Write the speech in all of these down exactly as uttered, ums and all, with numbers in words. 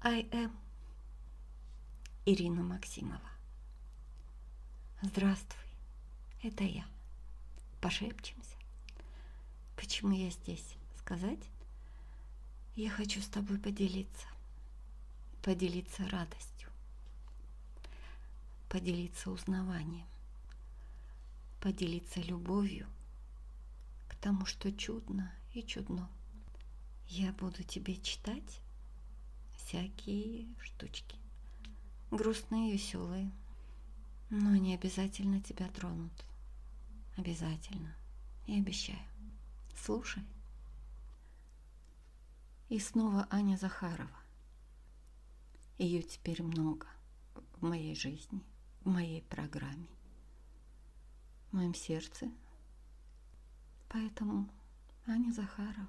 I am Ирина Максимова. Здравствуй, это я. Пошепчемся. Почему я здесь? Сказать? Я хочу с тобой поделиться. Поделиться радостью. Поделиться узнаванием. Поделиться любовью к тому, что чудно и чудно. Я буду тебе читать всякие штучки. Грустные и веселые. Но они обязательно тебя тронут. Обязательно. Я обещаю. Слушай. И снова Аня Захарова. Ее теперь много в моей жизни, в моей программе, в моем сердце. Поэтому, Аня Захарова,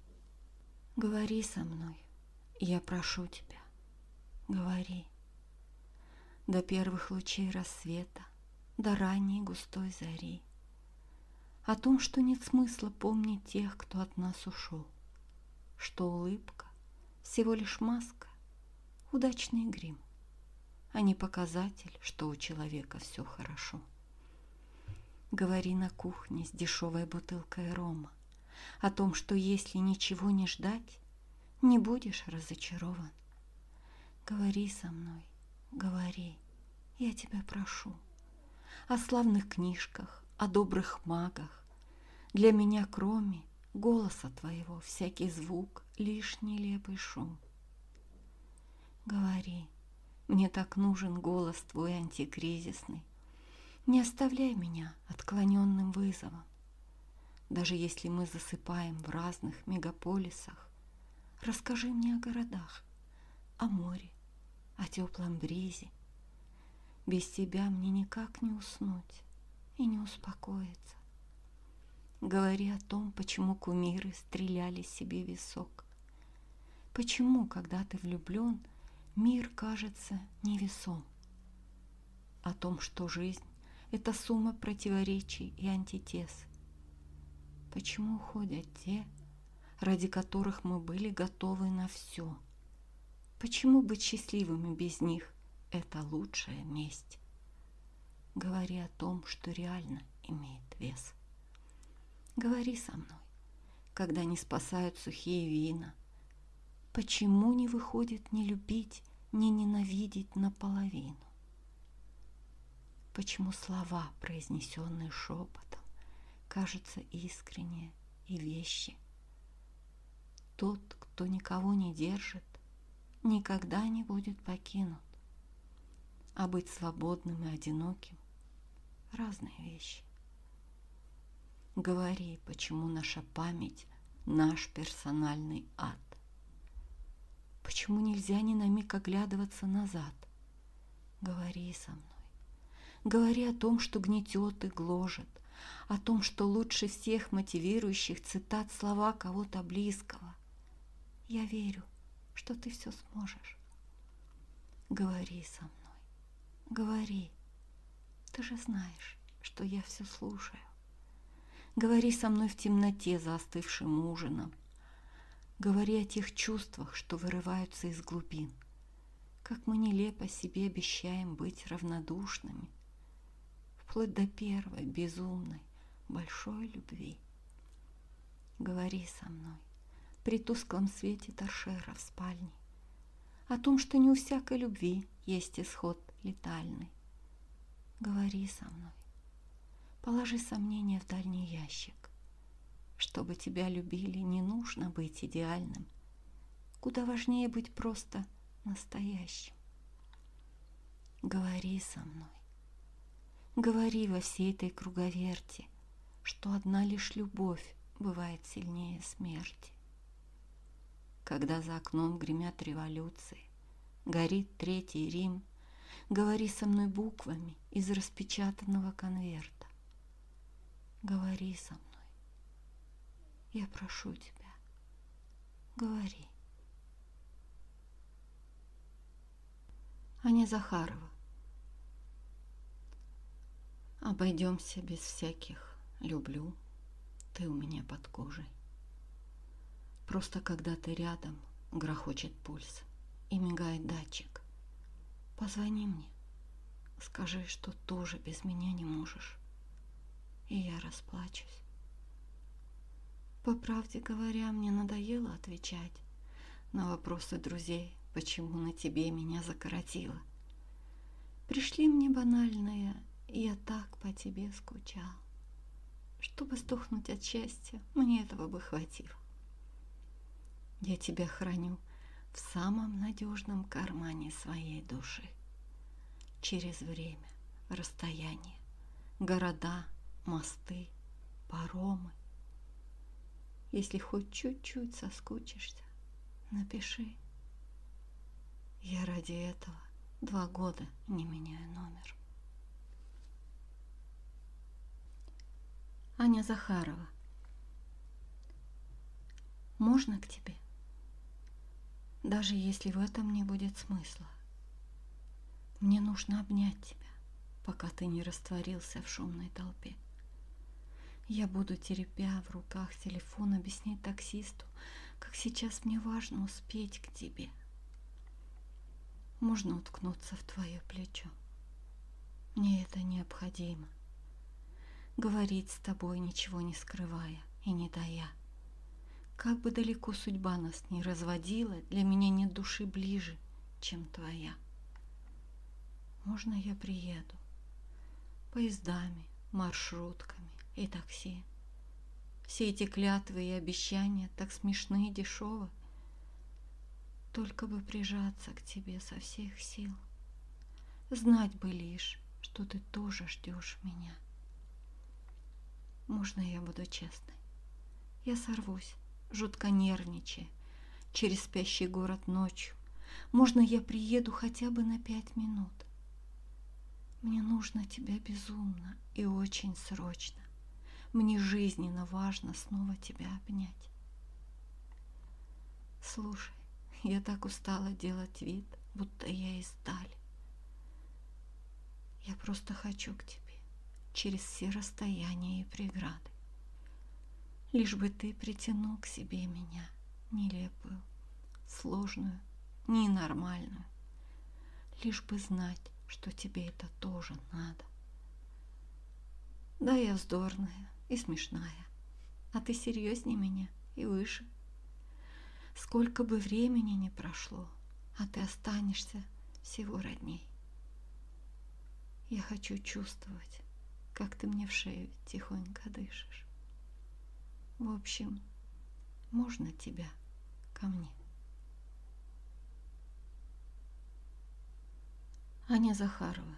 говори со мной. Я прошу тебя. Говори. До первых лучей рассвета, до ранней густой зари. О том, что нет смысла помнить тех, кто от нас ушел. Что улыбка всего лишь маска, удачный грим, а не показатель, что у человека все хорошо. Говори на кухне с дешевой бутылкой рома о том, что если ничего не ждать, не будешь разочарован. Говори со мной, говори, я тебя прошу, о славных книжках, о добрых магах. Для меня, кроме голоса твоего, всякий звук — лишь нелепый шум. Говори, мне так нужен голос твой антикризисный. Не оставляй меня отклоненным вызовом. Даже если мы засыпаем в разных мегаполисах, расскажи мне о городах, о море, о теплом бризе. Без тебя мне никак не уснуть и не успокоиться. Говори о том, почему кумиры стреляли себе в висок. Почему, когда ты влюблен, мир кажется невесом. О том, что жизнь — это сумма противоречий и антитез. Почему уходят те, ради которых мы были готовы на все? Почему быть счастливыми без них — это лучшая месть? Говори о том, что реально имеет вес. Говори со мной, когда не спасают сухие вина. Почему не выходит не любить, не ненавидеть наполовину? Почему слова, произнесенные шепотом, кажутся искренние и вещи? Тот, кто никого не держит, никогда не будет покинут. А быть свободным и одиноким — разные вещи. Говори, почему наша память — наш персональный ад. Почему нельзя ни на миг оглядываться назад? Говори со мной. Говори о том, что гнетет и гложет, о том, что лучше всех мотивирующих цитат слова кого-то близкого. Я верю, что ты все сможешь. Говори со мной. Говори. Ты же знаешь, что я все слушаю. Говори со мной в темноте за остывшим ужином. Говори о тех чувствах, что вырываются из глубин. Как мы нелепо себе обещаем быть равнодушными, вплоть до первой, безумной, большой любви. Говори со мной при тусклом свете торшера в спальне о том, что не у всякой любви есть исход летальный. Говори со мной. Положи сомнения в дальний ящик. Чтобы тебя любили, не нужно быть идеальным. Куда важнее быть просто настоящим. Говори со мной. Говори во всей этой круговерти, что одна лишь любовь бывает сильнее смерти. Когда за окном гремят революции, горит Третий Рим, говори со мной буквами из распечатанного конверта. Говори со мной. Я прошу тебя, говори. Аня Захарова. Обойдемся без всяких «люблю», «ты у меня под кожей». Просто когда ты рядом, грохочет пульс. и мигает датчик. Позвони мне, скажи, что тоже без меня не можешь, и я расплачусь. По правде говоря, мне надоело отвечать на вопросы друзей, почему на тебе меня закоротило. Пришли мне банальные, и я так по тебе скучал. Чтобы сдохнуть от счастья, мне этого бы хватило. Я тебя храню в самом надежном кармане своей души. Через время, расстояние, города, мосты, паромы. Если хоть чуть-чуть соскучишься, напиши. Я ради этого два года не меняю номер. Аня Захарова. Можно к тебе? Даже если в этом не будет смысла. Мне нужно обнять тебя, пока ты не растворился в шумной толпе. Я буду, теребя в руках телефон, объяснять таксисту, как сейчас мне важно успеть к тебе. Можно уткнуться в твое плечо. Мне это необходимо. Говорить с тобой, ничего не скрывая и не тая. Как бы далеко судьба нас ни разводила, для меня нет души ближе, чем твоя. Можно я приеду? Поездами, маршрутками и такси. Все эти клятвы и обещания так смешны и дешевы. Только бы прижаться к тебе со всех сил. Знать бы лишь, что ты тоже ждешь меня. Можно я буду честной? Я сорвусь, жутко нервничая, через спящий город ночью. Можно я приеду хотя бы на пять минут? Мне нужно тебя безумно и очень срочно. Мне жизненно важно снова тебя обнять. Слушай, я так устала делать вид, будто я из стали. Я просто хочу к тебе через все расстояния и преграды. Лишь бы ты притянул к себе меня, нелепую, сложную, ненормальную. Лишь бы знать, что тебе это тоже надо. Да, я вздорная и смешная, а ты серьезнее меня и выше. Сколько бы времени ни прошло, а ты останешься всего родней. Я хочу чувствовать, как ты мне в шею тихонько дышишь. В общем, можно тебя ко мне? Аня Захарова.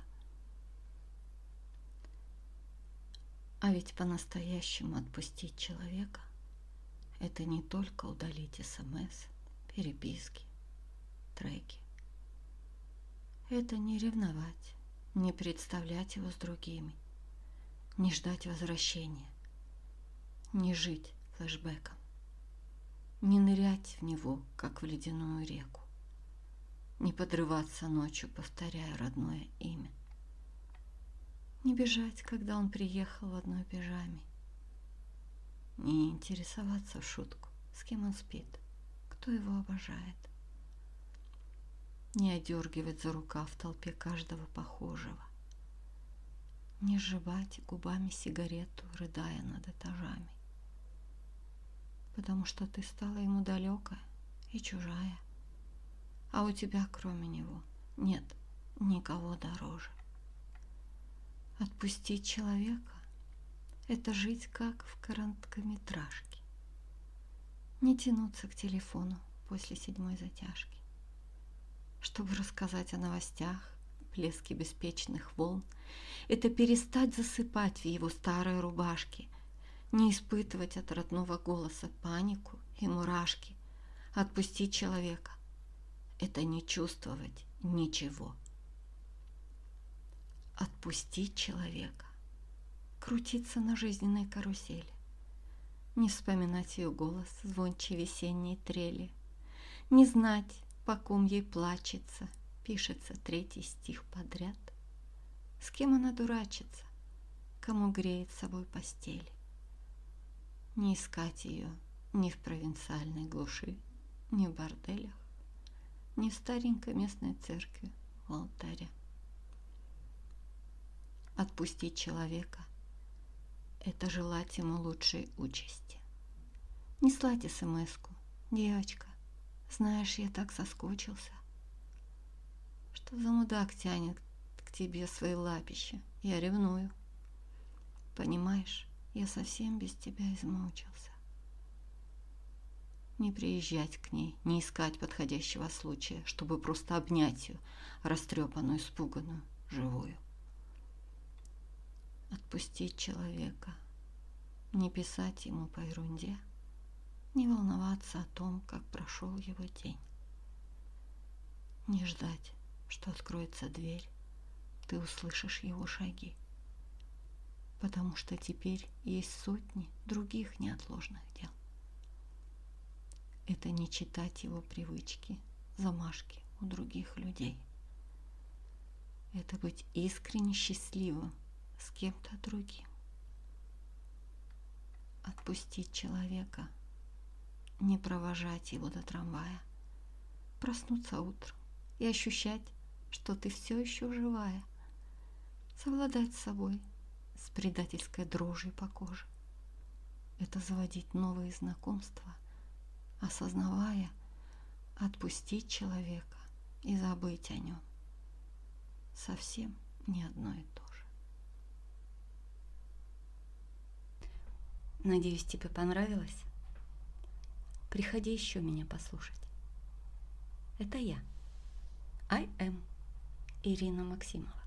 А ведь по-настоящему отпустить человека – это не только удалить СМС, переписки, треки. Это не ревновать, не представлять его с другими, не ждать возвращения, не жить флешбеком, не нырять в него, как в ледяную реку, не подрываться ночью, повторяя родное имя, не бежать, когда он приехал в одной пижаме, не интересоваться в шутку, с кем он спит, кто его обожает, не одергивать за рукав в толпе каждого похожего, не сживать губами сигарету, рыдая над этажами, потому что ты стала ему далекая и чужая, а у тебя, кроме него, нет никого дороже. Отпустить человека – это жить как в короткометражке, не тянуться к телефону после седьмой затяжки, чтобы рассказать о новостях, плеске беспечных волн. Это перестать засыпать в его старой рубашке, не испытывать от родного голоса панику и мурашки. Отпустить человека – это не чувствовать ничего. Отпустить человека – крутиться на жизненной карусели, не вспоминать ее голос звонче весенней трели, не знать, по ком ей плачется, пишется третий стих подряд, с кем она дурачится, кому греет собой постель. Не искать ее ни в провинциальной глуши, ни в борделях, не в старенькой местной церкви в алтаре. Отпустить человека – это желать ему лучшей участи. Не слать смс-ку: девочка, знаешь, я так соскучился. Что за мудак тянет к тебе свои лапища? Я ревную. Понимаешь, я совсем без тебя измучился. Не приезжать к ней, не искать подходящего случая, чтобы просто обнять ее, растрепанную, испуганную, живую. Отпустить человека, не писать ему по ерунде, не волноваться о том, как прошел его день. Не ждать, что откроется дверь, ты услышишь его шаги, потому что теперь есть сотни других неотложных дел. Это не читать его привычки, замашки у других людей. Это быть искренне счастливым с кем-то другим. Отпустить человека, не провожать его до трамвая, проснуться утром и ощущать, что ты все еще живая, совладать с собой с предательской дрожью по коже. Это заводить новые знакомства, осознавая, отпустить человека и забыть о нем. Совсем не одно и то же. Надеюсь, тебе понравилось? Приходи еще меня послушать. Это я, I am Ирина Максимова.